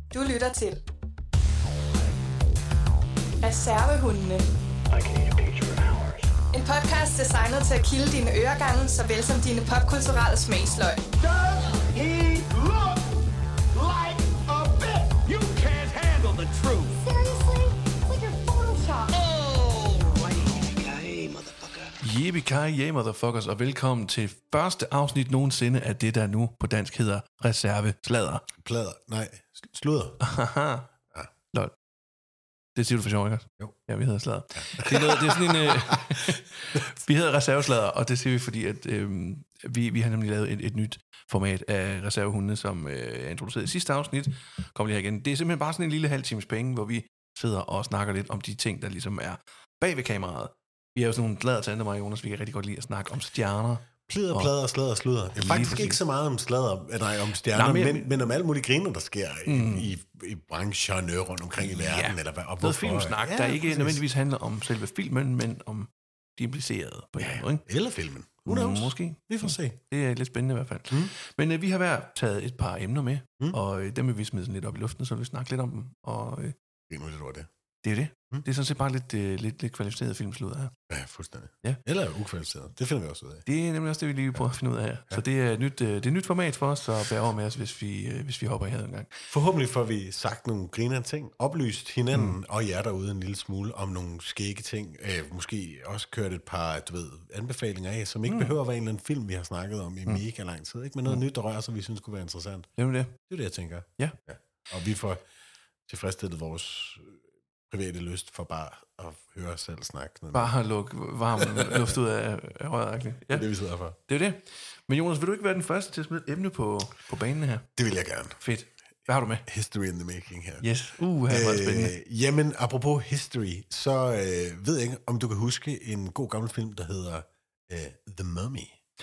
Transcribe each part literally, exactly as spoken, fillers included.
Du lytter til Reservehundene. En podcast designet til at kilde dine øregange, såvel som dine popkulturelle smagsløg. Does he look like a bit? You can't handle the truth. Seriously? Like your Photoshop. Oh, right. motherfucker. Yippie-ki-yay, motherfuckers, og velkommen til første afsnit nogensinde af det, der nu på dansk hedder Reserve-sladder. Plader. Nej, sludder. Haha. Ja. Lol. Det siger du for sjov, ikke? Jo. Ja, vi hedder sladder. Ja. Det, er noget, det er sådan en... Øh, vi hedder Reservesladder, og det siger vi, fordi at, øh, vi, vi har nemlig lavet et, et nyt format af Reservehunde, som øh, er introduceret i sidste afsnit. Kommer lige her igen. Det er simpelthen bare sådan en lille halv times penge, hvor vi sidder og snakker lidt om de ting, der ligesom er bag ved kameraet. Vi er jo sådan nogle gladere til mig og Jonas, vi kan rigtig godt lide at snakke om stjerner. Plider, og plader, sladder, sludder. Det er faktisk præcis. ikke så meget om sladder, nej, om stjerner, Nej, men, men, men om alle mulige griner, der sker mm. i, i, i brancherne rundt omkring i verden. Ja. Eller hvad, og Noget hvorfor. filmsnak, ja, der ikke præcis. nødvendigvis handler om selve filmen, men om de implicerede på en Ja, måde, ikke? eller filmen. Who knows? Mm, måske. Vi får se. Det er lidt spændende i hvert fald. Mm. Men øh, vi har hver taget et par emner med, mm. og øh, dem vil vi smide sådan lidt op i luften, så vi snakke lidt om dem. Og øh, Det er nu lidt over det. det er jo det. Mm. Det er sådan set bare lidt, øh, lidt, lidt kvalificeret filmslud her. Ja, fuldstændig. Ja. Eller ukvalificeret. Det finder vi også ud af. Det er nemlig også det, vi lige prøver at finde ud af her. Ja. Så det er, et nyt, øh, det er et nyt format for os, så bær over med os, hvis vi, øh, hvis vi hopper i havet en gang. Forhåbentlig får vi sagt nogle grinerende ting, oplyst hinanden mm. og jer derude en lille smule om nogle skægge ting. Øh, måske også kørt et par, du ved, anbefalinger af, som ikke mm. behøver at være en eller anden film, vi har snakket om i mm. mega lang tid. Ikke? Men noget mm. nyt, der rører sig, vi synes kunne være interessant. Det er jo det. Det er det, jeg tænker. Ja. ja. Og vi får tilfredsstillet vores private lyst for bare at høre os selv snakke. Bare at lukke varm luft ud af, af røret. Ja. Det er det, vi sidder for. Det er det. Men Jonas, vil du ikke være den første til at smide et emne på, på banen her? Det vil jeg gerne. Fedt. Hvad har du med? History in the making her. Yes. Uh, her var det spændende. Øh, jamen, apropos history, så øh, ved jeg ikke, om du kan huske en god gammel film, der hedder øh, The Mummy.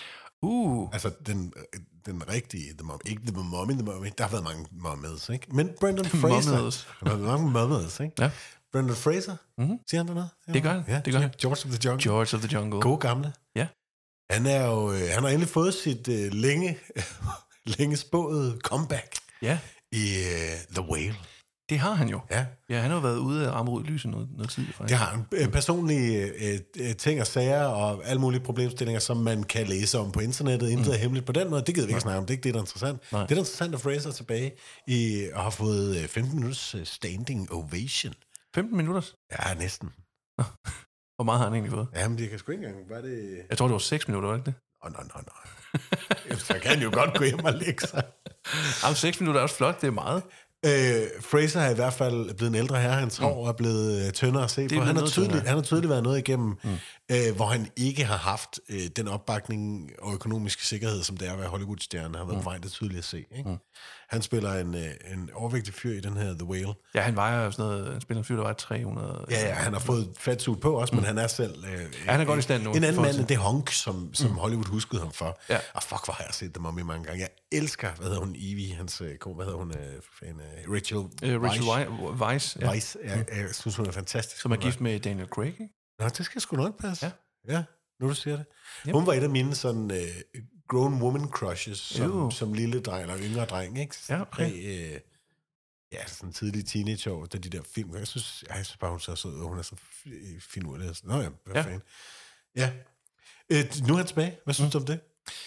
Uh. Altså den, den rigtige The Mummy. Ikke The Mummy, The Mummy. Der har været mange mummies, ikke? Men Brendan Fraser. Mummies. Der har været mange mummies, ikke? Ja. Brendan Fraser. Mm-hmm. Siger han der noget? Det gør han. Ja, det gør han. George of the Jungle. George of the Jungle. God gamle. Ja. Han er jo, øh, han har endelig fået sit øh, længe, længe spåede comeback Ja. i øh, The Whale. Det har han jo. Ja. Ja, han har jo været ude af ramme ud i lyset noget, noget tid. Faktisk. Det har han. Øh, Personlige øh, ting og sager og alle mulige problemstillinger, som man kan læse om på internettet. Intet mm. er hemmeligt på den måde. Det gider vi ikke snakke om. Det er ikke det, der er interessant. Nej. Det, der er interessant, at Fraser er tilbage i, og har fået femten minutters standing ovation. femten minutter? Ja, næsten. Hvor meget har han egentlig fået? Jamen, det kan sgu ikke engang. Var det... Jeg tror, det var seks minutter, var det ikke det? Åh, oh, nej, nej, nej. Så kan han jo godt gå hjem og lægge sig. Jamen, seks minutter er også flot. Det er meget. Øh, Fraser er i hvert fald blevet en ældre herre. Hans hår mm. er blevet tyndere at se på. Han har, tydeligt, han har tydeligt været noget igennem, mm. øh, hvor han ikke har haft øh, den opbakning og økonomiske sikkerhed, som det er at være Hollywood-stjerne. Har været mm. på vej, det er tydeligt at se. Ikke? Mm. Han spiller en, øh, en overvægtig fyr i den her The Whale. Ja, han vejer jo sådan noget, han spiller en fyr, der var tre hundrede. Ja, ja, han har fået fatsuit på også, mm. men han er selv... Øh, ja, han er godt i stand nu. En anden mand end det honk, som, som mm. Hollywood huskede ham for. Ja. Og fuck, hvor har jeg set dem om i mange gange. Jeg elsker, hvad hedder hun, Evie, hans kone, hvad hedder hun, øh, fan, øh, Rachel... Uh, Rachel Weisz. Ja. Weisz, ja, jeg, jeg synes, hun er fantastisk. Som er gift med Daniel Craig, ikke? Nå, det skal sgu nok passe. Ja. Ja, nu du siger det. Yep. Hun var et af mine sådan uh, grown woman crushes, som, som lille dreng, eller yngre dreng, ikke? Ja, okay. Præ, uh, ja, sådan tidlig teenageår, da de der film, jeg synes, jeg synes bare, hun er så sød, og hun er så finurlig. Nå ja, hvad ja. fanden. Ja. Uh, nu er han tilbage. Hvad synes mm. du om det?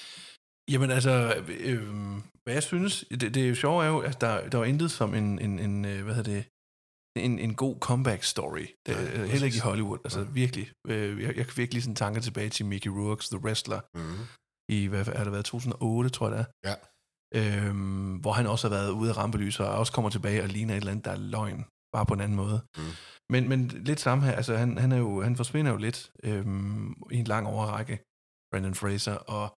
Jamen altså, øh, hvad jeg synes, det, det er jo sjovt er jo, at der, der var intet som en, en, en hvad hedder det, en, en god comeback story. Det, ja, heller ikke i Hollywood, altså ja. virkelig. Øh, jeg, jeg kan virkelig sådan tanker tilbage til Mickey Rourke's The Wrestler, mm-hmm. i, hvad har det været, to tusind og otte, tror jeg det er. Ja. Øhm, hvor han også har været ude af rampelyset, og også kommer tilbage og ligner et eller andet, der er løgn, bare på en anden måde. Mm. Men, men lidt samme her, altså han, han, er jo, han forsvinder jo lidt øhm, i en lang overrække, Brendan Fraser, og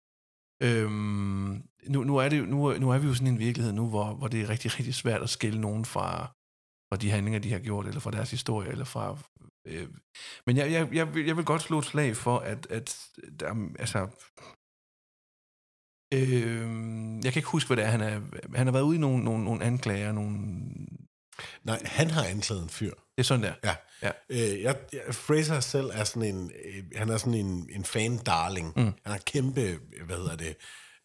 Øhm, nu, nu, er det, nu, nu er vi jo sådan i en virkelighed nu, hvor, hvor det er rigtig, rigtig svært at skille nogen fra, fra de handlinger, de har gjort, eller fra deres historie, eller fra... Øh, men jeg, jeg, jeg, vil, jeg vil godt slå et slag for, at, at der, altså... Øh, jeg kan ikke huske, hvad det er, han er... Han har været ude i nogle, nogle, nogle anklager, nogle... Nej, han har anklaget en fyr. Det er sådan der. Ja. ja. Øh, jeg, jeg, Fraser selv er sådan en, øh, han er sådan en, en fan-darling. Mm. Han er kæmpe, hvad hedder det,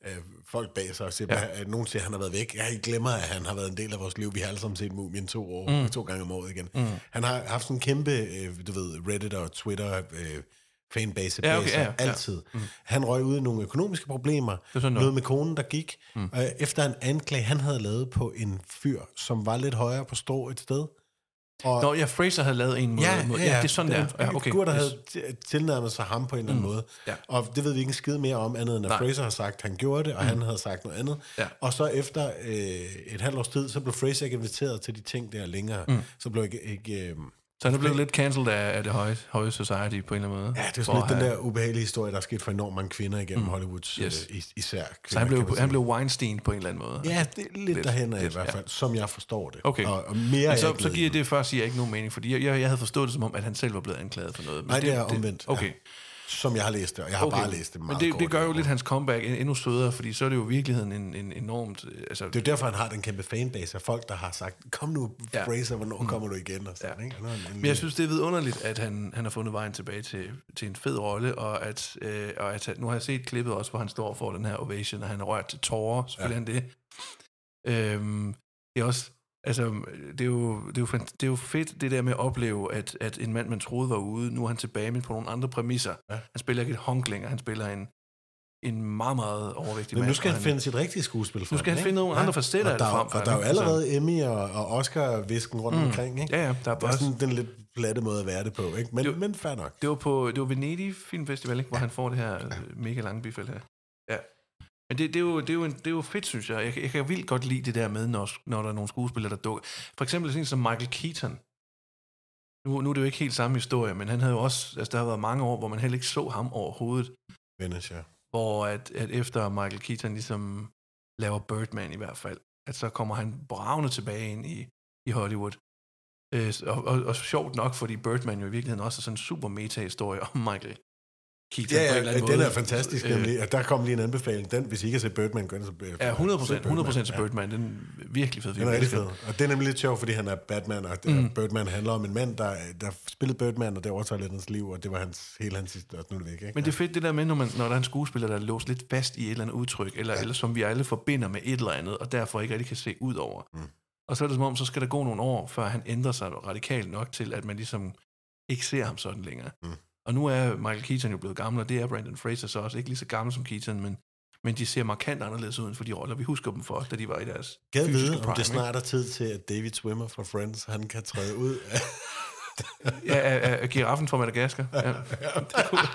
øh, folk bag sig og siger, Ja. at nogen siger, at han har været væk. Jeg glemmer, at han har været en del af vores liv. Vi har alle sammen set Mumien to år, mm. to gange om året igen. Mm. Han har haft sådan en kæmpe, øh, du ved, Reddit og Twitter øh, fanbase Ja, okay, bag sig, ja, ja. altid. Mm. Han røg ud i nogle økonomiske problemer. Noget. noget med konen, der gik. Mm. Øh, efter en anklage, han havde lavet på en fyr, som var lidt højere på strå et sted. Og, Nå, ja, Fraser havde lavet en måde. Ja, ja, ja, ja det er sådan, der. Ja, okay. Figur, der yes. havde tilnærmet sig ham på en eller anden mm. måde. Ja. Og det ved vi ikke en skid mere om, andet end at Nej. Fraser har sagt, at han gjorde det, og mm. han havde sagt noget andet. Ja. Og så efter øh, et halvt års tid, så blev Fraser ikke inviteret til de ting der længere. Mm. Så blev ikke... ikke øh, så han er blevet lidt cancelled af, af det høje, høje society på en eller anden måde. Ja, det er sådan lidt den der ubehagelige historie, der er sket for enormt mange kvinder igennem mm. Hollywood, yes. øh, især kvinder. Så han blev, han blev Weinstein på en eller anden måde? Ja, det er lidt, lidt derhen af i hvert fald, ja. Som jeg forstår det. Okay. Og, og mere men så, så giver det først siger ikke nogen mening, fordi jeg, jeg, jeg havde forstået det som om, at han selv var blevet anklaget for noget. Men Nej, det, det er det, omvendt. Okay. Ja. Som jeg har læst det, og jeg har okay. bare læst det meget Men det, kort, det gør jo lidt hans comeback endnu sødere, fordi så er det jo i virkeligheden en, en enormt... Altså, det er jo derfor, han har den kæmpe fanbase af folk, der har sagt, kom nu, ja. Fraser, hvornår mm. kommer du igen? Og sådan, ja. Ikke? En, en, Men jeg synes, det er vidunderligt, at han, han har fundet vejen tilbage til, til en fed rolle, og at, øh, og at nu har jeg set klippet også, hvor han står for den her ovation, og han er rørt til tårer, selvfølgelig ja. han det. Øhm, det er også... Altså, det er, jo, det, er jo, det er jo fedt, det der med at opleve, at, at en mand, man troede var ude, nu er han tilbage med på nogle andre præmisser. Ja. Han spiller ikke et honk længere, han spiller en, en meget, meget overvægtig mand. Men nu skal han, han finde sit rigtige skuespil frem. Nu skal han finde nogle ja. andre facetter af det frem. Og der er jo allerede Emmy og, og Oscar-visken rundt mm. omkring, ikke? Ja, ja. Der er, der er sådan den lidt platte måde at være det på, ikke? Men, det, men fair nok. Det var på det var Venedig Filmfestival, ikke? Hvor ja. han får det her ja. mega lange bifald her. Ja. Men det, det, er jo, det, er jo en, det er jo fedt, synes jeg. Jeg, jeg kan vildt godt lide det der med, når, når der er nogle skuespillere, der dukker. For eksempel sådan som Michael Keaton. Nu, nu er det jo ikke helt samme historie, men han havde jo også, altså der har været mange år, hvor man heller ikke så ham overhovedet. Venice, ja. Hvor at, at efter Michael Keaton ligesom laver Birdman i hvert fald, at så kommer han bravende tilbage ind i, i Hollywood. Øh, og, og, og sjovt nok, fordi Birdman jo i virkeligheden også er sådan en super meta-historie om Michael Keaton. Ja, ja, på en eller anden den måde. er fantastisk, øh, nemlig. Og der kom lige en anbefaling. Den, hvis I ikke har set Birdman, gør den så Birdman. Ja, hundrede procent, hundrede procent til Birdman. Den er virkelig fed. Den er rigtig fed. Og det er nemlig lidt sjovt, fordi han er Batman, og mm. Birdman handler om en mand, der, der spillede Birdman, og det overtager lidt hans liv, og det var hans, hele hans sidste, og nu er det væk, ikke? Men det er fedt det der med, når, man, når der er en skuespiller, der er låst lidt fast i et eller andet udtryk, eller, ja. eller som vi alle forbinder med et eller andet, og derfor ikke rigtig kan se ud over. Mm. Og så er det som om, så skal der gå nogle år, før han ændrer sig radikalt nok til, at man ligesom ikke ser ham sådan længere. Mm. Og nu er Michael Keaton jo blevet gammel, og det er Brendan Fraser så også. Ikke lige så gammel som Keaton, men, men de ser markant anderledes ud for de roller. Vi husker dem for, da de var i deres Gad vide, om det snart er tid til, at David Schwimmer fra Friends, han kan træde ud af... ja, af, af giraffen fra Madagaskar. Ja. Det kunne,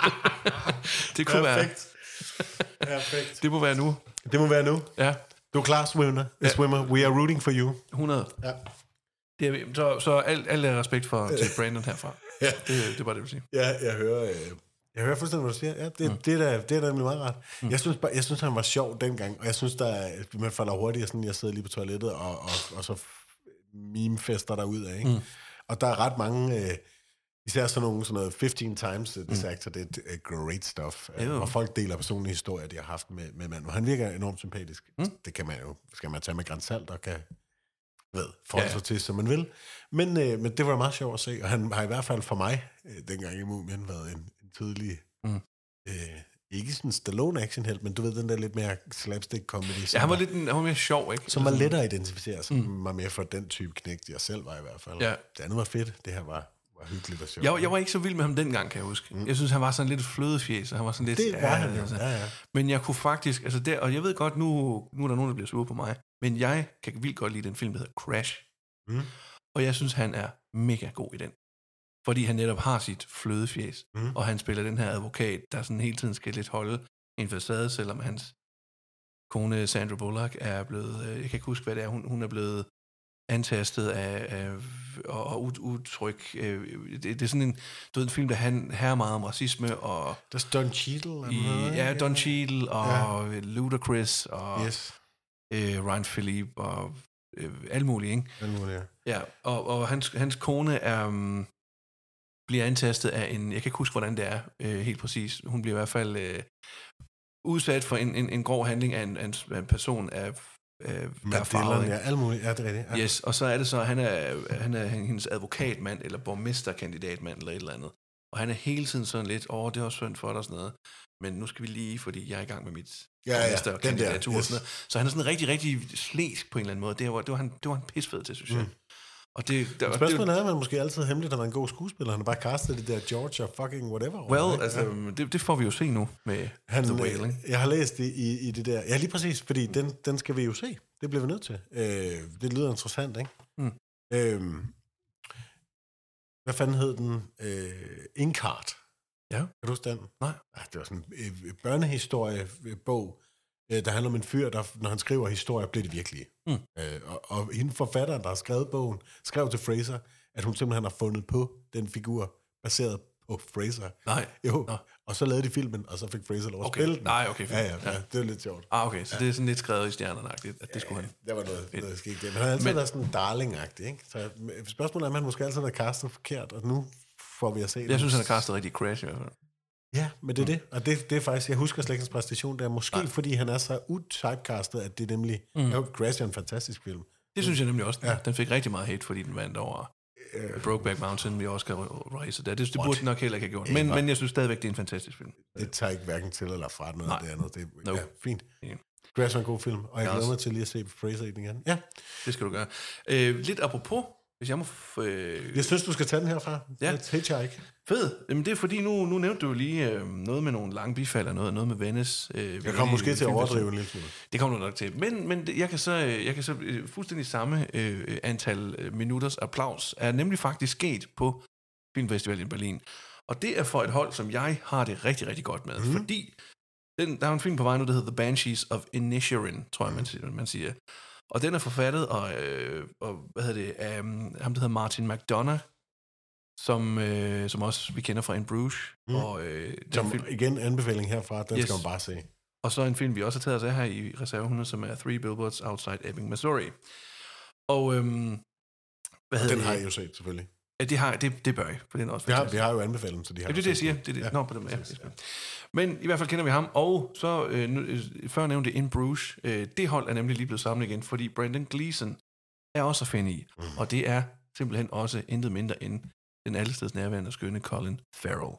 det kunne Perfekt. være... Perfekt. Det må være nu. Det må være nu. Ja. Du er klar, Swimmer. Ja. Swimmer. We are rooting for you. hundrede. Ja. Det er, så så alt, alt er respekt for til Brandon herfra. Ja. Det, det var det, jeg vil sige. Ja, jeg hører, øh, jeg hører fuldstændig, hvad du siger. Ja, det, mm. det, er da, det er da nemlig meget ret. Mm. Jeg, synes bare, jeg synes, han var sjov dengang, og jeg synes, der, man falder hurtigt, sådan, jeg sidder lige på toilettet, og, og, og så meme-fester derudad, ikke? Mm. Og der er ret mange... Øh, især sådan nogle sådan noget fifteen times this actor did great stuff. Mm. Og folk deler personlige historier, de har haft med, med manden. Og han virker enormt sympatisk. Mm. Det kan man jo, skal man tage med gran salt og kan ved, forholde sig ja. til, som man vil. Men, øh, men det var meget sjovt at se, og han har i hvert fald for mig, øh, dengang i Mumien, været en, en tydelig, mm. øh, ikke sådan Stallone-actionhelt, men du ved, den der lidt mere slapstick-comedy. Ja, han var, lidt en, han var mere sjov, ikke? Som var lettere at identificere, som mm. var mere for den type knægt, jeg selv var i hvert fald. Ja. Det andet var fedt, det her var... hyggeligt og sjovt. Jeg, jeg var ikke så vild med ham dengang, kan jeg huske. Mm. Jeg synes, han var sådan lidt flødefjes, og han var sådan lidt... Det var ja, han jo, ja, ja. Men jeg kunne faktisk... Altså der, og jeg ved godt, nu, nu er der nogen, der bliver sure på mig, men jeg kan vildt godt lide den film, der hedder Crash. Mm. Og jeg synes, han er mega god i den. Fordi han netop har sit flødefjes, mm. og han spiller den her advokat, der sådan hele tiden skal lidt holde en facade, selvom hans kone Sandra Bullock er blevet... Jeg kan ikke huske, hvad det er. Hun, hun er blevet... antastet af, af og, og udtryk. Det, det er sådan en, du ved, en film, der han her meget om racisme og... Der er Don Cheadle. I, ja, Don Cheadle og ja. Ludacris og yes. øh, Ryan Phillippe og øh, alt muligt, ikke? Alt muligt, ja. Ja, og, og hans, hans kone er, um, bliver antastet af en... Jeg kan ikke huske, hvordan det er øh, helt præcis. Hun bliver i hvert fald øh, udsat for en, en, en grov handling af en, af en person af... Øh, der er farvet, ja, alt muligt, ja, det er rigtigt. Ja. Yes, og så er det så, han er, han er hendes advokatmand, eller borgmesterkandidatmand, eller et eller andet. Og han er hele tiden sådan lidt, åh, oh, det er også synd for dig og sådan noget. Men nu skal vi lige, fordi jeg er i gang med mit ja, ja, næste kandidatur. yes. Og sådan noget. Så han er sådan rigtig, rigtig slæsk på en eller anden måde. Det var, det var, han, det var han pisfed til, synes jeg. Mm. Og det, der, spørgsmålet er, at man måske altid hemmeligt, at man er en god skuespiller. Han har bare castet det der George og fucking whatever. Well, ikke? altså, ja. det, det får vi jo se nu med han, The Whale, ikke? Jeg har læst det i, i det der. Ja, lige præcis, fordi den, den skal vi jo se. Det bliver vi nødt til. Øh, det lyder interessant, ikke? Mm. Øh, hvad fanden hed den? Øh, Inkart. Ja. Kan du huske den? Nej. Ah, det var sådan en øh, børnehistoriebog, øh, der handler om en fyr, der, når han skriver historier, bliver det virkelige. Mm. Øh, og, og hende forfatteren, der har skrevet bogen, skrev til Fraser, at hun simpelthen har fundet på den figur, baseret på Fraser. Nej. Jo. Nå. Og så lavede de filmen, og så fik Fraser lov at okay. spille den. Nej, okay. Ja, ja, ja, det var lidt sjovt. Ah, okay, så ja. Det er sådan lidt skrevet i stjernerne-agtigt, at det skulle ja, han. Det var noget, noget skidt. Men han har altid Men... været sådan darling-agtig, ikke? Så spørgsmålet er, om han måske altid har castet forkert, og nu får vi at se det. Jeg synes, han har castet rigtig Crash i hvert fald. Ja, men det er mm. det. Og det, det er faktisk, jeg husker slet ikke hans præstation, det er måske Nej. fordi han er så utypecastet, at det er nemlig, mm. ja, Crash er en fantastisk film. Det synes jeg nemlig også. Ja. Den fik rigtig meget hate, fordi den vandt over uh, Brokeback Mountain ved Oscar Race. Det, det burde den nok heller ikke have gjort. Men, men jeg synes stadigvæk, det er en fantastisk film. Det tager ikke hverken til eller fra noget af det andet. Det er no. ja, fint. Yeah. Crash er en god film, og jeg glæder mig til lige at se Fraser i den igen. Ja. Det skal du gøre. Øh, lidt apropos, hvis jeg må... F- øh... Jeg synes, du skal tage den herfra. Ja. Let's hitchhike. Fed. Jamen, det er fordi, nu, nu nævnte du lige øh, noget med nogle lange bifald, noget, noget med Venice. Øh, jeg kommer måske til at overdrive en lille smule. Det kommer du nok til. Men, men jeg kan så, jeg kan så øh, fuldstændig samme øh, antal øh, minutters applaus er nemlig faktisk sket på Filmfestivalen i Berlin. Og det er for et hold, som jeg har det rigtig, rigtig godt med. Mm. Fordi den, der er en film på vej nu, der hedder The Banshees of Inisherin, tror jeg, man siger. Man siger. Og den er forfattet, og, øh, og hvad hedder det, af um, ham, der hedder Martin McDonagh, som, øh, som også vi kender fra In Bruges. Mm. Og, øh, som film, igen anbefaling herfra, den yes. skal man bare se. Og så en film, vi også har taget os af her i reservehundet, som er Three Billboards Outside Ebbing, Missouri. Og, øhm, hvad og den det? har jeg jo set, selvfølgelig. Ja, det, har, det, det bør jeg, for den er også vi har, vi har jo anbefalet, så de har ja, det er det, jeg siger. Det er det. Ja. Nå, på dem, ja. Men i hvert fald kender vi ham, og så øh, nu, før nævnte In Bruges, øh, det hold er nemlig lige blevet samlet igen, fordi Brendan Gleeson er også at finde i, mm. og det er simpelthen også intet mindre end den allesteds nærværende og skønne Colin Farrell.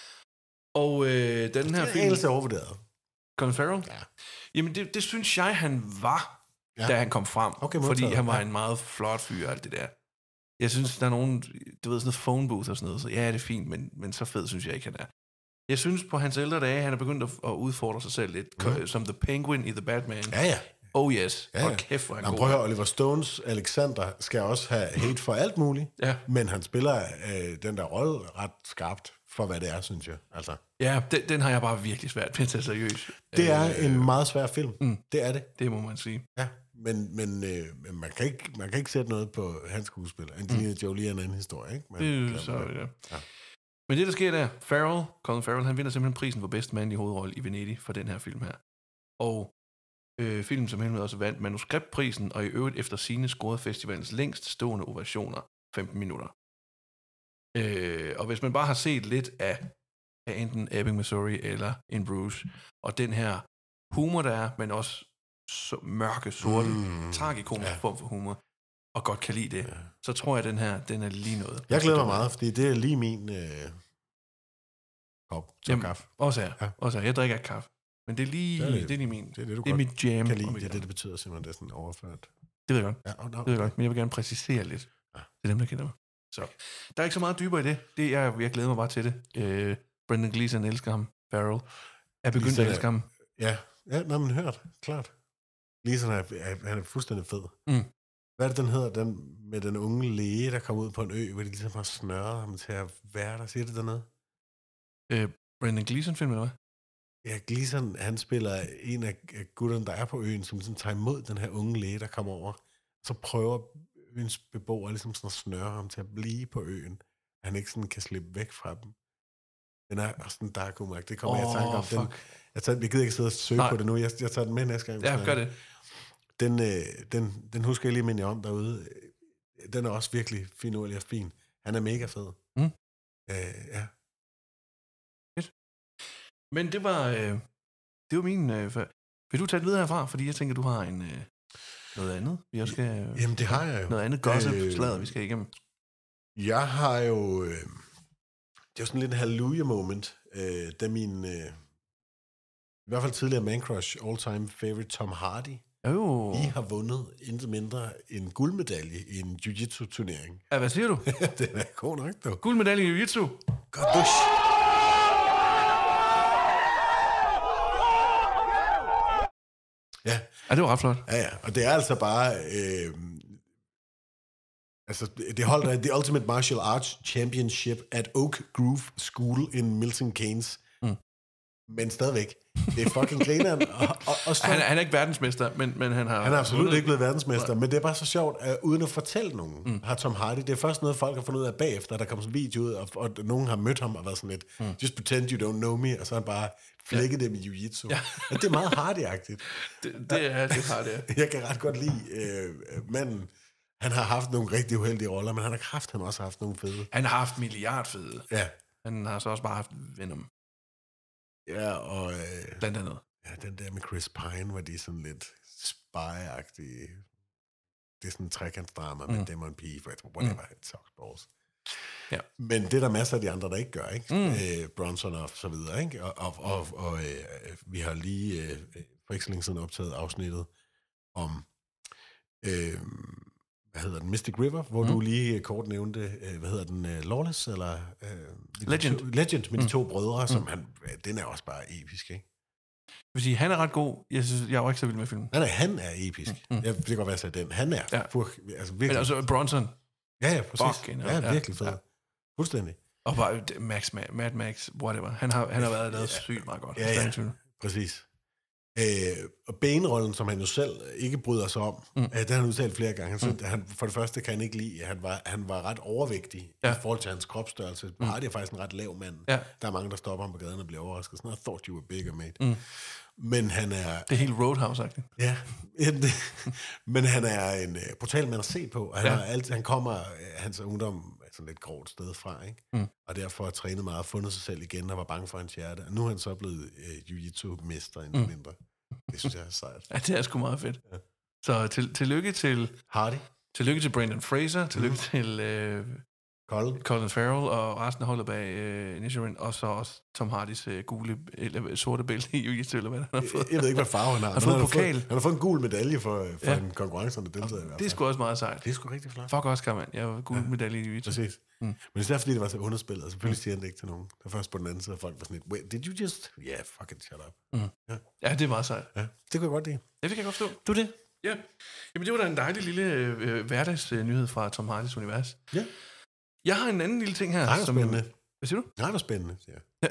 Og øh, den her film... Det er overvurderet. Colin Farrell? Ja. Jamen, det, det synes jeg, han var, ja. da han kom frem. Okay, fordi han var ja. en meget flot fyr og alt det der. Jeg synes, der er nogen, du ved, sådan noget phone booth og sådan noget, så ja, det er fint, men, men så fed synes jeg ikke, han er. Jeg synes, på hans ældre dage, han er begyndt at, at udfordre sig selv lidt, mm. som The Penguin i The Batman. Ja, ja. Oh yes. Ja, ja. Og kæft, hvor han god. Prøv at høre, Oliver Stones Alexander skal også have hate for alt muligt, ja. men han spiller øh, den der rolle ret skarpt for, hvad det er, synes jeg. Altså. Ja, den, den har jeg bare virkelig svært ved at tage seriøst. Det er øh, en meget svær film. Mm. Det er det. Det må man sige. Ja, men, men, øh, men man, kan ikke, man kan ikke sætte noget på hans skuespil. Angelina mm. Jolie er en anden historie, ikke? Men, det er så, ja. ja. Men det, der sker der, Farrell, Colin Farrell, han vinder simpelthen prisen for bedste mandlige hovedrolle i Venedig for den her film her. Og øh, filmen som helvede også vandt manuskriptprisen, og i øvrigt efter sine scorede festivalens længst stående ovationer, femten minutter. Øh, og hvis man bare har set lidt af, af enten Ebbing, Missouri eller In Bruges, og den her humor, der er, men også så mørke, sorte, mm, tragikomisk ja. form for humor, og godt kan lide det, ja. så tror jeg, at den her, den er lige noget. Jeg glæder mig meget, fordi det er lige min øh, kop til Jamen, kaffe. Også her. Ja. Også her. Jeg drikker ikke kaffe. Men det er lige, det er, det. Det er lige min. Det er, det, du det er mit jam. Kan lide. Det er det, det betyder simpelthen, det er sådan overført. Det ved jeg godt. Ja, oh, no, det ved jeg godt, men jeg vil gerne præcisere lidt. Ja. Det er dem, der kender mig. Så. Der er ikke så meget dybere i det. det er, jeg glæder mig bare til det. Øh, Brendan Gleeson elsker ham. Farrell er begyndt Gleeson, at elske ham. Ja, ja nå, men hørt. Klart. Gleeson er, er, han er fuldstændig fed. Mm. Hvad er det, den hedder? Den med den unge læge, der kommer ud på en ø, hvor de ligesom har snørret ham til at være der. Siger det dernede? Øh, Brendan Gleeson-film, eller hvad? Ja, Gleeson, han spiller en af gutterne, der er på øen, som sådan tager imod den her unge læge, der kommer over. Så prøver øens beboere ligesom sådan at snøre ham til at blive på øen. Han ikke sådan kan slippe væk fra dem. Den er også en dark humor. Det kommer oh, jeg i tanke om. Den, jeg, tager, jeg gider ikke sidde og søge Nej. på det nu. Jeg, jeg tager den med næste gang. Ja, gør det. Den, øh, den, den husker jeg lige minde om derude. Den er også virkelig finurlig og fin. Han er mega fed. Mm. Øh, ja. Men det var, øh, det var min... Øh, vil du tage det videre herfra? Fordi jeg tænker, du har en, øh, noget andet. Vi også skal, øh, Jamen, det har jeg jo. Noget andet gossip-slader, øh, vi skal igennem. Jeg har jo... Øh, det er jo sådan lidt en hallelujah-moment, øh, da min, øh, i hvert fald tidligere man crush, all-time favorite Tom Hardy, oh. lige har vundet intet mindre en guldmedalje i en jiu-jitsu-turnering. Ja, hvad siger du? Det er god nok, dog. Guldmedalje i jiu-jitsu? Godt dusch. Ja. Ja, det var ret flot. Ja, ja. Og det er altså bare... Øh, altså, det holdt af The Ultimate Martial Arts Championship at Oak Grove School in Milton Keynes. Mm. Men stadigvæk. Det er fucking grineren. Og, og, og så, han, er, han er ikke verdensmester, men, men han har... Han er absolut ikke blevet verdensmester, men det er bare så sjovt, at uden at fortælle nogen, mm. har Tom Hardy, det er først noget, folk har fundet ud af bagefter, der kommer sådan en video ud, og, og nogen har mødt ham og været sådan lidt, mm. just pretend you don't know me, og så har han bare flækket ja. det med jiu-jitsu. Ja. Og det er meget Hardy-agtigt. Det, det er det Hardy. Jeg kan ret godt lide øh, manden. Han har haft nogle rigtig uheldige roller, men han har haft, han også haft nogle fede. Han har haft milliardfede. Ja. Han har så også bare haft Venom. Ja, og... Øh, Blandt andet. Ja, den der med Chris Pine, hvor de er sådan lidt spy-agtige. Det er sådan en trekantsdrama mm. med dem og en pige, whatever, mm. it sucks balls. Ja. Men det er der masser af de andre, der ikke gør, ikke? Mm. Øh, Bronson og så videre, ikke? Og, og, og, og øh, vi har lige øh, for ikke så længe siden optaget afsnittet om, øh, hvad hedder den, Mystic River, hvor mm. du lige kort nævnte, øh, hvad hedder den, uh, Lawless, eller... Øh, Legend. To, Legend med mm. de to brødre, mm. som han, den er også bare episk, ikke? Jeg vil sige, han er ret god. Jeg synes, jeg er jo ikke så vild med filmen. Nej, nej, han er episk. Mm. Jeg det kan godt være, at jeg den. Han er ja. fur, altså virkelig... Men altså Bronson. Ja, ja, præcis. Fuck, ja, ja, virkelig fed. Ja. Fuldstændig. Og bare Max, Mad Max, whatever. Han har, han har været lavet ja. sygt meget godt. Ja, ja, præcis. Øh, og Bane-rollen, som han jo selv ikke bryder sig om, mm. øh, det har han udtalt flere gange. Han synes, mm. han, for det første kan han ikke lide, at han var, han var ret overvægtig ja. i forhold til hans kropsstørrelse. Mm. Hardy er faktisk en ret lav mand. Ja. Der er mange, der stopper ham på gaden og bliver overrasket. Sådan, I thought you were bigger, mate. Mm. Men han er... Det er helt Roadhouse-agtigt. Ja, men han er en uh, brutal mand at se på. Han, ja. alt, han kommer, uh, hans ungdom er sådan lidt grovt sted fra, ikke? Mm. Og derfor har trænet meget og fundet sig selv igen og var bange for hans hjerte. Og nu er han så blevet uh, jiu-jitsu-mester endnu mm. mindre. Det synes jeg er sejt. Ja, det er sgu meget fedt. Ja. Så til, tillykke til... Hardy. Tillykke til Brendan Fraser. Tillykke mm. til... Uh, Colin. Colin Farrell og resten af holdet bag uh, Inisherin, og så også Tom Hardys uh, gule, eller sorte bælte i jiu-jitsu, eller hvad han har fået. Jeg ved ikke, hvad farve han har. Han har fået en pokal. Han har fået en gul medalje for, for ja. en konkurrence, der deltager i hvert fald. Det er sgu også meget sejt. Det er sgu rigtig flot. Fuck Oscar, mand. Jeg har gul ja. medalje i jiu-jitsu. Præcis. Mm. Men det er fordi, det var så underspillet, og selvfølgelig siger han det ikke til nogen. Det var først på den anden side, og folk var sådan lidt, wait, did you just... Yeah, fucking shut up. Mm. Ja. ja, det er meget sejt. Ja, det kan jeg godt lide. Det kan jeg godt forstå. Du det? Ja. Jamen, det var da en dejlig lille øh, hverdagsnyhed fra Tom Hardys univers. Ja. Jeg har en anden lille ting her. Nej, hvor spændende. Som, hvad siger du? Nej, hvor spændende, siger ja.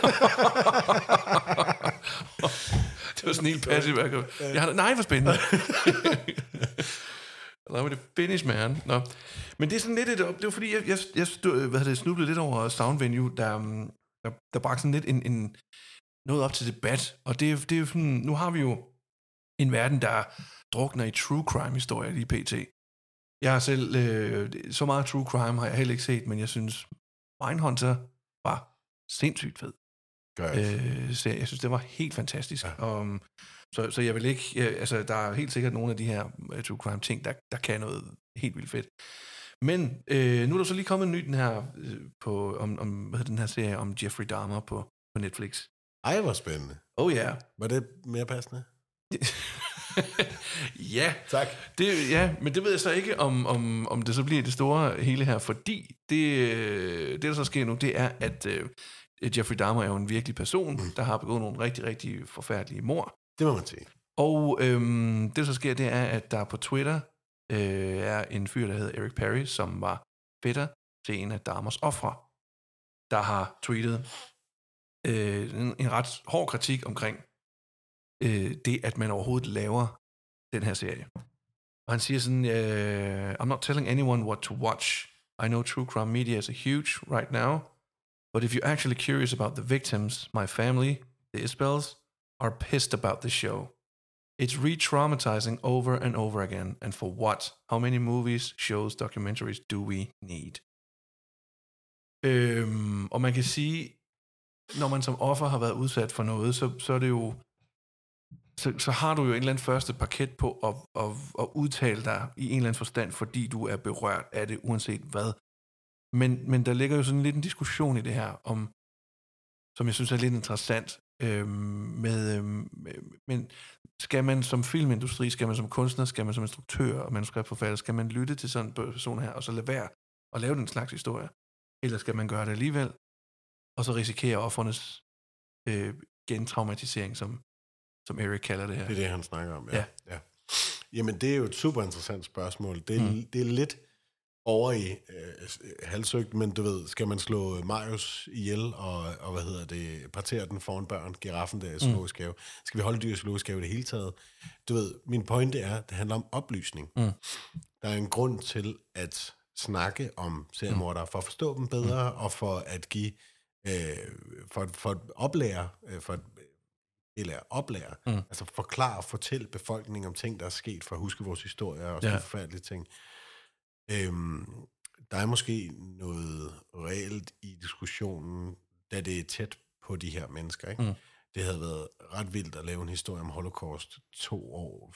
Det var sådan helt passivt. Jeg har, nej, hvor spændende. Lad mig det finish, man. Nå. Men det er sådan lidt et, det var fordi, jeg, jeg, jeg stod, hvad det, snublede lidt over Sound Venue, der, der, der bragte sådan lidt en, en, noget op til debat. Og det, det er jo sådan, nu har vi jo en verden, der drukner i true crime-historier lige pt. Jeg har selv, øh, så meget true crime har jeg heller ikke set, men jeg synes, Mindhunter var sindssygt fed. Øh, så jeg synes, det var helt fantastisk. Ja. Um, så, så jeg vil ikke, jeg, altså der er helt sikkert nogle af de her uh, true crime ting, der, der kan noget helt vildt fedt. Men øh, nu er der så lige kommet en ny den her, øh, på, om, om, hvad hedder den her serie om Jeffrey Dahmer på, på Netflix. Ej, hvor spændende. Oh ja. Yeah. Var det mere passende? Ja, tak. Det, ja, men det ved jeg så ikke, om, om, om det så bliver det store hele her, fordi det, det der så sker nu, det er, at uh, Jeffrey Dahmer er jo en virkelig person, mm. der har begået nogle rigtig, rigtig forfærdelige mord. Det må man sige. Og øhm, det der så sker, det er, at der på Twitter øh, er en fyr, der hedder Eric Perry, som var fætter til en af Dahmers ofre, der har tweetet øh, en, en ret hård kritik omkring øh, det, at man overhovedet laver den her serie. Og han siger sådan, uh, I'm not telling anyone what to watch. I know true crime media is a huge right now, but if you're actually curious about the victims, my family, the Isbells, are pissed about the show. It's re-traumatizing over and over again, and for what? How many movies, shows, documentaries do we need? Øhm, og man kan sige, når man som offer har været udsat for noget, så, så er det jo Så, så har du jo en eller anden første parket på at, at, at udtale dig i en eller anden forstand, fordi du er berørt af det, uanset hvad. Men, men der ligger jo sådan lidt en diskussion i det her, om, som jeg synes er lidt interessant, øhm, med, øhm, men skal man som filmindustri, skal man som kunstner, skal man som instruktør og manuskriptforfatter, skal man lytte til sådan en person her, og så lade være at lave den slags historie? Eller skal man gøre det alligevel, og så risikere offernes øh, gentraumatisering, som, som Eric kalder det her? Det er det, han snakker om, ja. ja. ja. Jamen, det er jo et super interessant spørgsmål. Det er, mm. det er lidt over i øh, halvsøgt, men du ved, skal man slå Marius ihjel og, og hvad hedder det, partere den foran børn, giraffen der i zoologisk have? Skal vi holde dyr i zoologisk have i det hele taget? Du ved, min pointe er, det handler om oplysning. Mm. Der er en grund til at snakke om seriemordere, mm. for at forstå dem bedre, mm. og for at give, øh, for, for at oplære, øh, for at eller oplære, mm. altså forklare og fortælle befolkningen om ting, der er sket, for at huske vores historie og sådan ja. forfærdelige ting. Øhm, der er måske noget reelt i diskussionen, da det er tæt på de her mennesker, ikke? Mm. Det havde været ret vildt at lave en historie om Holocaust to år,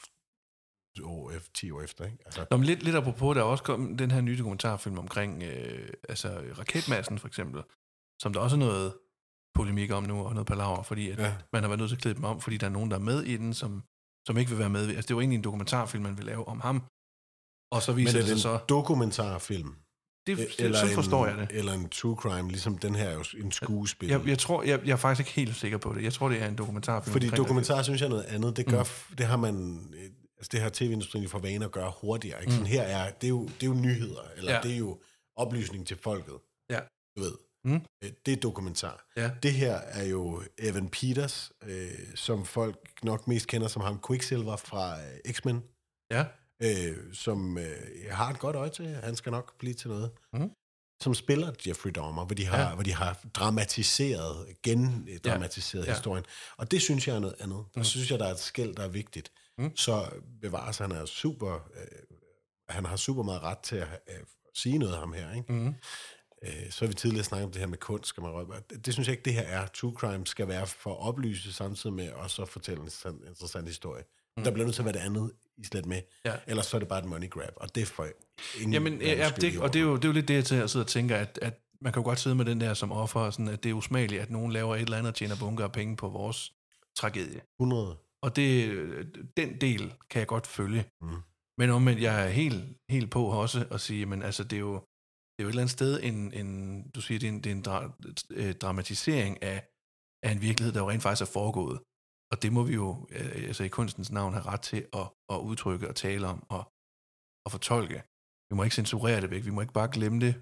år efter, ti år efter, ikke? Altså, Nå, men lidt, lidt apropos, der er også kommet den her nye dokumentarfilm omkring øh, altså raketmassen for eksempel, som der også er noget polemik om nu, og noget palaver, fordi at ja. man har været nødt til at klæde dem om, fordi der er nogen, der er med i den, som, som ikke vil være med. Altså, det var egentlig en dokumentarfilm, man vil lave om ham, og så viser men er det det sig en så... dokumentarfilm? Det, eller så forstår en, jeg det. Eller en true crime, ligesom den her er jo en skuespil. Jeg, jeg, tror, jeg, jeg er faktisk ikke helt sikker på det. Jeg tror, det er en dokumentarfilm. Fordi dokumentar det. Synes jeg er noget andet. Det, gør, mm. det har man... Altså det har tv-industrien for vane at gøre hurtigere. Ikke? Mm. Sådan her er... Det er, jo, det er jo nyheder, eller ja. det er jo oplysning til folket. Ja. Du ved. Mm. Det er dokumentar. Ja. Det her er jo Evan Peters, øh, som folk nok mest kender som ham, Quicksilver fra øh, X-Men. Ja. Øh, som øh, jeg har et godt øje til. Han skal nok blive til noget. Mm. Som spiller Jeffrey Dahmer, hvor de har, ja. hvor de har dramatiseret, gendramatiseret ja. historien. Og det synes jeg er noget andet. Mm. Og så synes jeg, der er et skel, der er vigtigt. Mm. Så bevares, han er super... Øh, han har super meget ret til at øh, sige noget af ham her, ikke? Mm. Så har vi tidligere snakket om det her med kunst, skal man røbe. Det synes jeg ikke, det her er. True crime skal være for at oplyse samtidig med også at fortælle en interessant historie. Mm. Der bliver nødt til at være det andet i slet med. Ja. Ellers så er det bare et money grab, og det er for ingen... Jamen, ja, det, og det er, jo, det er jo lidt det, jeg, til, jeg sidder og tænker, at, at man kan jo godt sidde med den der som offer, sådan, at det er usmageligt, at nogen laver et eller andet og tjener bunker af penge på vores tragedie. hundrede Og det, den del kan jeg godt følge. Mm. Men omvendt, jeg er helt, helt på også at sige, men altså, det er jo... Det er jo et eller andet sted, en, en, du siger, det er en, det er en dra, øh, dramatisering af, af en virkelighed, der jo rent faktisk er foregået. Og det må vi jo øh, altså i kunstens navn have ret til at, at udtrykke og tale om og, og fortolke. Vi må ikke censurere det væk, vi må ikke bare glemme det.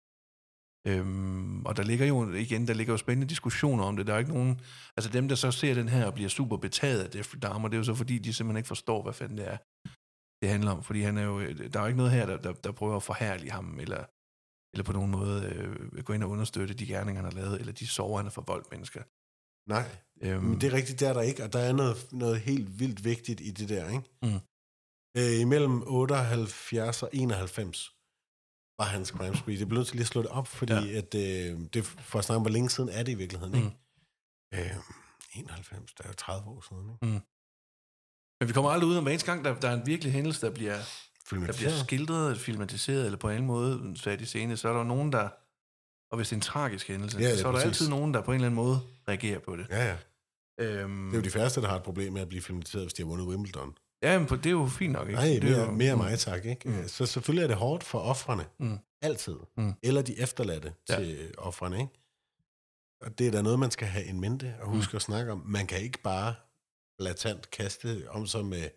Øhm, og der ligger jo igen, der ligger jo spændende diskussioner om det. Der er ikke nogen, altså dem, der så ser den her og bliver super betaget af Jeffrey Dahmer, det er jo så fordi, de simpelthen ikke forstår, hvad fanden det er, det handler om. Fordi han er jo, der er jo ikke noget her, der, der, der prøver at forherlige ham, eller eller på nogen måde øh, gå ind og understøtte de gerninger, han har lavet, eller de sorger, han har forvoldt mennesker. Nej, øhm. men det er rigtigt, der er der ikke, og der er noget, noget helt vildt vigtigt i det der, ikke? Mm. Øh, imellem otteoghalvfjerds og enoghalvfems var hans crime spree. Det blev nødt til lige at slå det op, fordi ja. at, øh, det for at snakke om, hvor længe siden er det i virkeligheden, ikke? Mm. Øh, enoghalvfems, der er jo tredive år siden, ikke? Mm. Men vi kommer aldrig ud om hver eneste gang, der, der er en virkelig hændelse, der bliver... der bliver skildret, filmatiseret, eller på anden måde sat i scene, så er der nogen, der, og hvis det er en tragisk hændelse, ja, ja, så er der præcis. altid nogen, der på en eller anden måde reagerer på det. Ja, ja. Øhm, det er jo de færreste, der har et problem med at blive filmatiseret, hvis de har vundet Wimbledon. Ja, men det er jo fint nok, ikke? Nej, det mere, jo, mere mm. mig, tak, ikke? Mm. Så selvfølgelig er det hårdt for ofrene. Mm. Altid. Mm. Eller de efterladte ja. til ofrene, ikke? Og det er da noget, man skal have en mente og huske mm. at snakke om. Man kan ikke bare latent kaste om sig med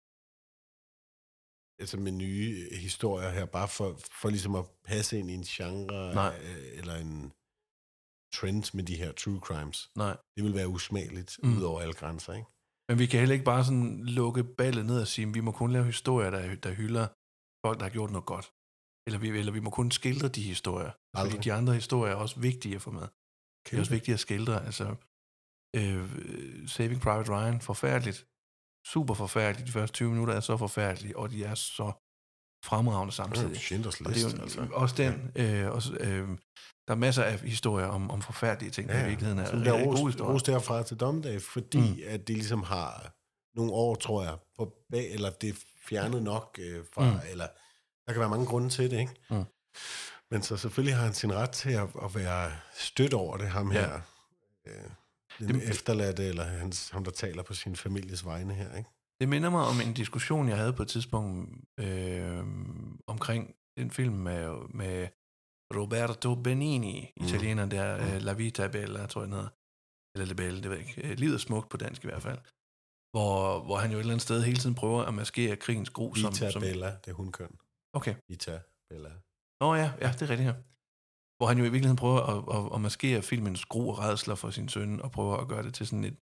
altså med nye historier her, bare for, for ligesom at passe ind i en genre, Nej. eller en trend med de her true crimes. Nej. Det vil være usmageligt, mm. ud over alle grænser, ikke? Men vi kan heller ikke bare sådan lukke ballet ned og sige, at vi må kun lave historier, der, der hylder folk, der har gjort noget godt. Eller vi, eller vi må kun skildre de historier. Aldrig. Fordi de andre historier er også vigtige at få med. Det er også vigtigt at skildre. Altså, øh, Saving Private Ryan, forfærdeligt. Super forfærdeligt. De første tyve minutter er så forfærdelige, og de er så fremragende samtidig. Ja, Schindlers List, og det er jo, altså. Også den. Ja. Øh, også, øh, der er masser af historier om, om forfærdelige ting, ja, der i virkeligheden er der er gode historier. Ros derfra til Dommedag, fordi mm. at det ligesom har nogle år, tror jeg, på bag, eller det er fjernet nok øh, fra, mm. eller der kan være mange grunde til det, ikke? Mm. Men så selvfølgelig har han sin ret til at, at være stødt over det, ham Ja. her. Øh, den Det- efterladte, eller hans, ham, der taler på sin families vegne her, ikke? Det minder mig om en diskussion, jeg havde på et tidspunkt øh, omkring en film med, med Roberto Benigni, Mm. italieneren der, øh, La Vita Bella, tror jeg den hedder. Eller Le Belle, det ved jeg ikke. Øh, Livet er smukt på dansk i hvert fald. Hvor, hvor han jo et eller andet sted hele tiden prøver at maskere krigens gru. Som, Vita som, Bella, det er hundkøn. okay. Vita Bella. Nå ja, ja, det er rigtigt her. Hvor han jo i virkeligheden prøver at, at, at maskere filmens gru og rædsler for sin søn, og prøver at gøre det til sådan et...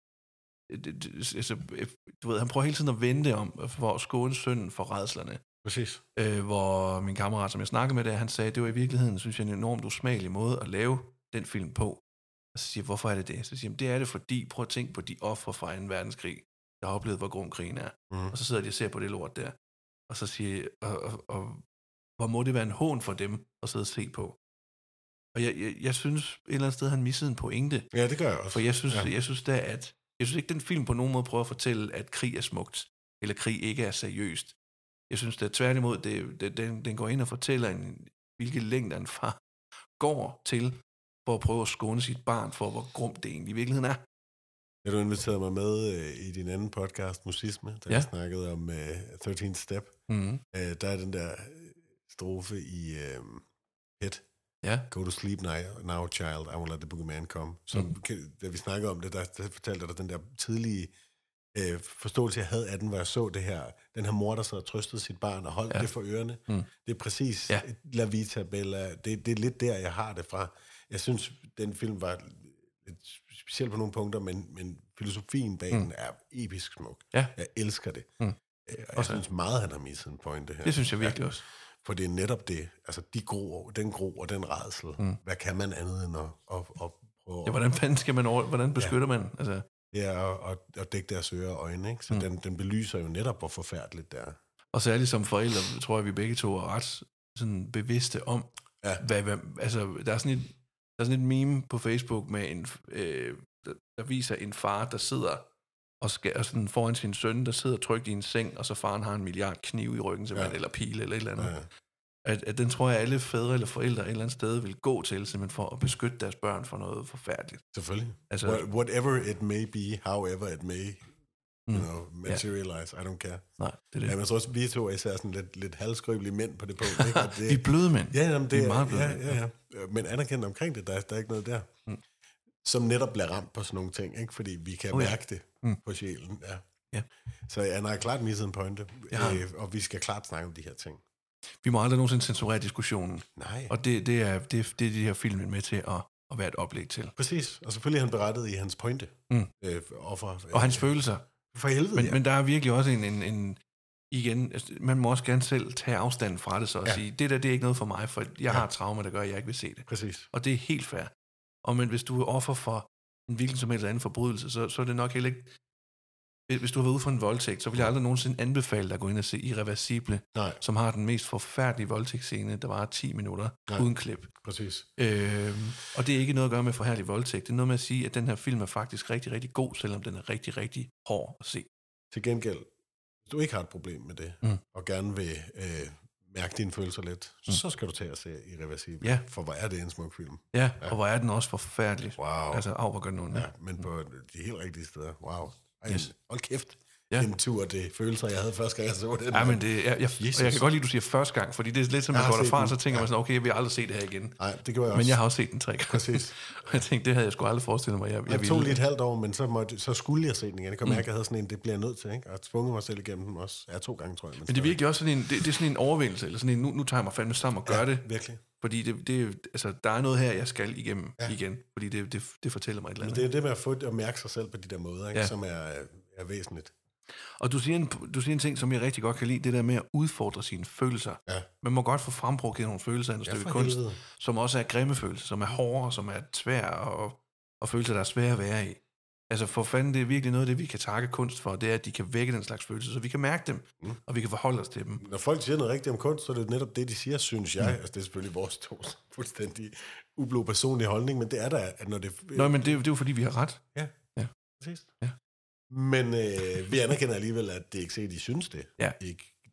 et, et, et altså, du ved, han prøver hele tiden at vente om, for at skåne sønnen for rædslerne. Præcis. Øh, hvor min kammerat, som jeg snakkede med der, han sagde, det var i virkeligheden, synes jeg, en enormt usmagelig måde at lave den film på. Og så siger jeg, hvorfor er det det? Så siger jeg, det er det, fordi, prøv at tænke på de ofre fra anden verdenskrig, der har oplevet, hvor grum krigen er. Mm. Og så sidder de og ser på det lort der. Og så siger jeg, og, og, og hvor må det være en hån for dem at sidde og se på? Og jeg, jeg, jeg synes, et eller andet sted, han missede en pointe. Ja, det gør jeg også. For jeg synes, ja. jeg synes da, at jeg synes ikke, den film på nogen måde prøver at fortælle, at krig er smukt, eller krig ikke er seriøst. Jeg synes da tværtimod, det, det, den, den går ind og fortæller, en, hvilke længder en far går til, for at prøve at skåne sit barn for, hvor grumt det egentlig i virkeligheden er. Ja, du inviterede mig med øh, i din anden podcast, Musisme, der Ja. jeg snakkede om øh, thirteen Step. Mm-hmm. Øh, der er den der strofe i øh, Pet. Ja. Go to sleep now, now child, I won't let the boogeyman come. Så Mm. mm. da vi snakkede om det, der, der fortalte jeg dig den der tidlige øh, forståelse, jeg havde af den, hvor jeg så det her, den her mor, der sad og trøstede sit barn og holdt Ja. ja. det for ørerne. Mm. Det er præcis Ja. ja. La Vita Bella. Det, det er lidt der, jeg har det fra. Jeg synes, den film var lidt speciel på nogle punkter, men, men filosofien bag Mm. den er episk smuk. Ja. Jeg elsker det. Mm. Øh, Og jeg Også. synes meget, han har misset en pointe her. Det synes jeg virkelig også. For det er netop det, altså de gro, den gro og den rædsel. Mm. Hvad kan man andet end at, at, at prøve Ja, hvordan fanden skal man over, hvordan beskytter ja. man? Altså, ja, og, og, og dække deres ører og øjne, ikke? Så Mm. mm. den, den belyser jo netop, hvor forfærdeligt det er. og særligt som forældre, tror jeg, vi begge to er ret sådan bevidste om, Ja. hvad, hvad, altså, der er sådan et, der er sådan et meme på Facebook med en, øh, der, der viser en far, der sidder og, skal, og sådan foran sin søn, der sidder trygt i en seng, og så faren har en milliard knive i ryggen, simpelthen, Ja. eller pile, eller et eller andet. Ja. At, at den tror jeg, alle fædre eller forældre et eller andet sted vil gå til, simpelthen for at beskytte deres børn for noget forfærdeligt. Selvfølgelig. Altså- Altså, whatever it may be, however it may Mm. you know, materialize, I don't care. Nej, det er Ja, det. men jeg tror også, vi to er især sådan lidt, lidt halvskrøbelige mænd på det punkt. Ikke? Og det, Vi er bløde mænd. Ja, jamen, det Vi er meget bløde ja, mænd. ja, ja. Men anerkendt omkring det, der, der er ikke noget der. Mm. Som netop bliver ramt på sådan nogle ting, ikke? Fordi vi kan Oh, ja. mærke det Mm. på sjælen. Ja. Ja. Så Anna har klart misset en pointe, Ja. øh, og vi skal klart snakke om de her ting. Vi må aldrig nogensinde censurere diskussionen. Nej. Og det, det, er, det, det er de her film med til at, at være et oplæg til. Præcis, og selvfølgelig er han berettet i hans pointe. Mm. Øh, offer, Og hans følelser. For helvede, Men, ja. men der er virkelig også en, en, en igen, altså, man må også gerne selv tage afstand fra det, så at Ja. sige, det der, det er ikke noget for mig, for jeg Ja. har traumer, der gør, at jeg ikke vil se det. Præcis. Og det er helt fair. Og men hvis du er offer for en hvilken som helst anden forbrydelse, så, så er det nok heller ikke... Hvis du har været ude for en voldtægt, så vil jeg aldrig nogensinde anbefale dig at gå ind og se Irreversible, Nej, som har den mest forfærdelige voldtægtsscene, der var ti minutter, Nej. uden klip. præcis. Øhm, og det er ikke noget at gøre med forhærdelig voldtægt. Det er noget med at sige, at den her film er faktisk rigtig, rigtig god, selvom den er rigtig, rigtig hård at se. Til gengæld, hvis du ikke har et problem med det, Mm. og gerne vil øh, mærke dine følelser lidt, Mm. så skal du tage og se Irreversible. Ja. For hvor er det en smuk film. Ja, ja. Og hvor er den også for forfærdelig. Wow. Altså, af, hvor gør den ondt. Ja, men på de helt rigtige steder. Wow. Ej, Yes. yes. Hold kæft. Ja. Ja. En tur, det følelser, jeg havde første gang, jeg så den. Ja, men det, jeg, jeg, Jesus. og jeg kan godt lide, at du siger første gang, fordi det er lidt som, Jeg man har går set derfra, den. så tænker Ja. man sådan, okay, jeg vil aldrig se det her igen. Nej, det gjorde jeg også. Men jeg har også set den tre gange. Præcis. Og jeg tænkte, det havde jeg sgu aldrig forestillet mig, jeg, jeg Jeg tog ville. lige et halvt år, men så, måtte, så skulle jeg se den igen. Jeg kan Mm. mærke, at jeg havde sådan en, det bliver jeg nødt til, ikke? Og jeg tvunget mig selv igennem den også. Ja, to gange, tror jeg. Men det er virkelig også sådan en, det, det er sådan en overvindelse, eller sådan en, nu, nu tager jeg mig fandme sammen og gør ja, det. virkelig. Fordi det, det, altså, der er noget her, jeg skal igennem Ja. igen, fordi det, det, det fortæller mig et eller Men andet. det er det med at få at mærke sig selv på de der måder, ikke? Ja. Ja. Som er, er væsentligt. Og du siger, en, du siger en ting, som jeg rigtig godt kan lide, det der med at udfordre sine følelser. Ja. Man må godt få fremprovokeret nogle følelser af et Ja, stykke for kunst, helvede. som også er grimme følelser, som er hårde, som er svære, og, og følelser, der er svære at være i. Altså for fanden, det er virkelig noget af det, vi kan takke kunst for, det er, at de kan vække den slags følelser, så vi kan mærke dem, Mm. og vi kan forholde os til dem. Når folk siger noget rigtigt om kunst, så er det netop det, de siger, synes jeg. Mm. Altså, det er selvfølgelig vores to fuldstændig ublu personlige holdning, men det er der, at når det... Nå, men det, er jo- det er jo fordi, vi har ret. Ja, Ja. præcis. Ja. Men øh, vi anerkender alligevel, at det ikke sikkert, de synes det. Ja. Ikke. Og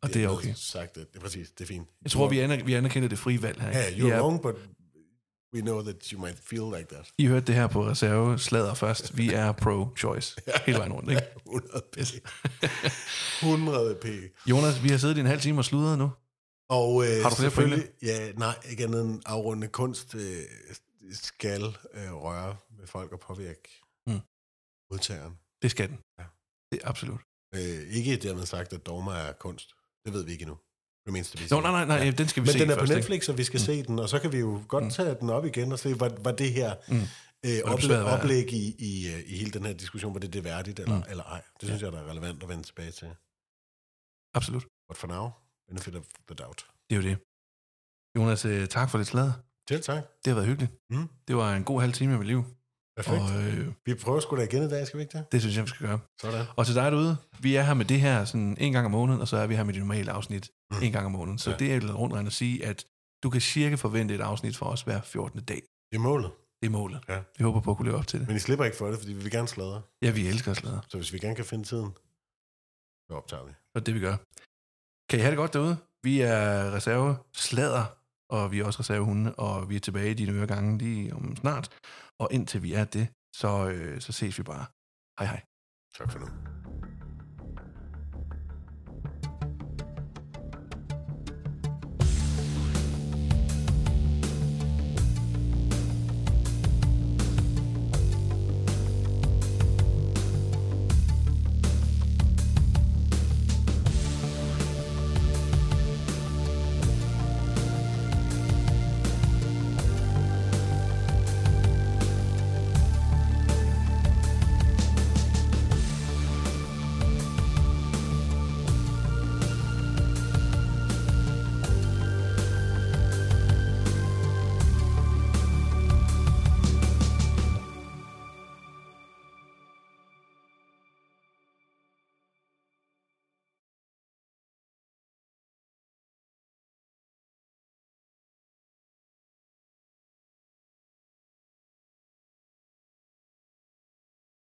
Og det er okay. Sagt det. Det er præcis. Det er fint. Jeg tror, vi, aner, vi anerkender det frie valg her. Ja, yeah, you're yeah. wrong, but we know that you might feel like that. I hørte det her på reserve slader først. Vi er pro-choice. Hele vejen rundt, ikke? hundrede p. hundrede p. Jonas, vi har siddet i en halv time og sludret nu. Og øh, har du flere selvfølgelig, ja, nej, ikke andet end afrundende kunst øh, skal øh, røre med folk og påvirke mm. modtageren. Det skal den. Ja. Det er absolut. Øh, ikke dermed sagt, at Dogma er kunst. Det ved vi ikke endnu. Det mindste, vi Nå, nej, nej, nej, ja. Den skal vi Men se den er først, på Netflix, ikke? og vi skal mm. se den, og så kan vi jo godt mm. tage den op igen og se, var, var det her mm. øh, oplæg, oplæg i, i, i hele den her diskussion, var det det værdigt eller, mm. eller ej. Det synes ja. jeg, der er relevant at vende tilbage til. Absolut. But for now, benefit of the doubt. Det er jo det. Jonas, øh, tak for det slag. Selv tak. Det har været hyggeligt. Mm. Det var en god halv time af mit liv. Perfekt. Og, øh, vi prøver sgu da igen i dag, skal vi ikke det? Det synes jeg, vi skal gøre. Sådan. Og til dig derude, vi er her med det her sådan en gang om måneden, og så er vi her med det normale afsnit mm. en gang om måneden. Så ja. det er lidt rundt at sige, at du kan cirka forvente et afsnit for os hver fjortende dag. Det er målet. Det er målet. Ja. Vi håber på at kunne leve op til det. Men I slipper ikke for det, fordi vi vil gerne sladre. Ja, vi elsker at sladre. Så hvis vi gerne kan finde tiden, så optager vi. Og det vi gør. Kan I have det godt derude? Vi er reserve sladder, og vi er også reservehunde, og vi er tilbage i dine øregange lige om snart. Og indtil vi er det, så, øh, så ses vi bare. Hej hej. Tak for nu.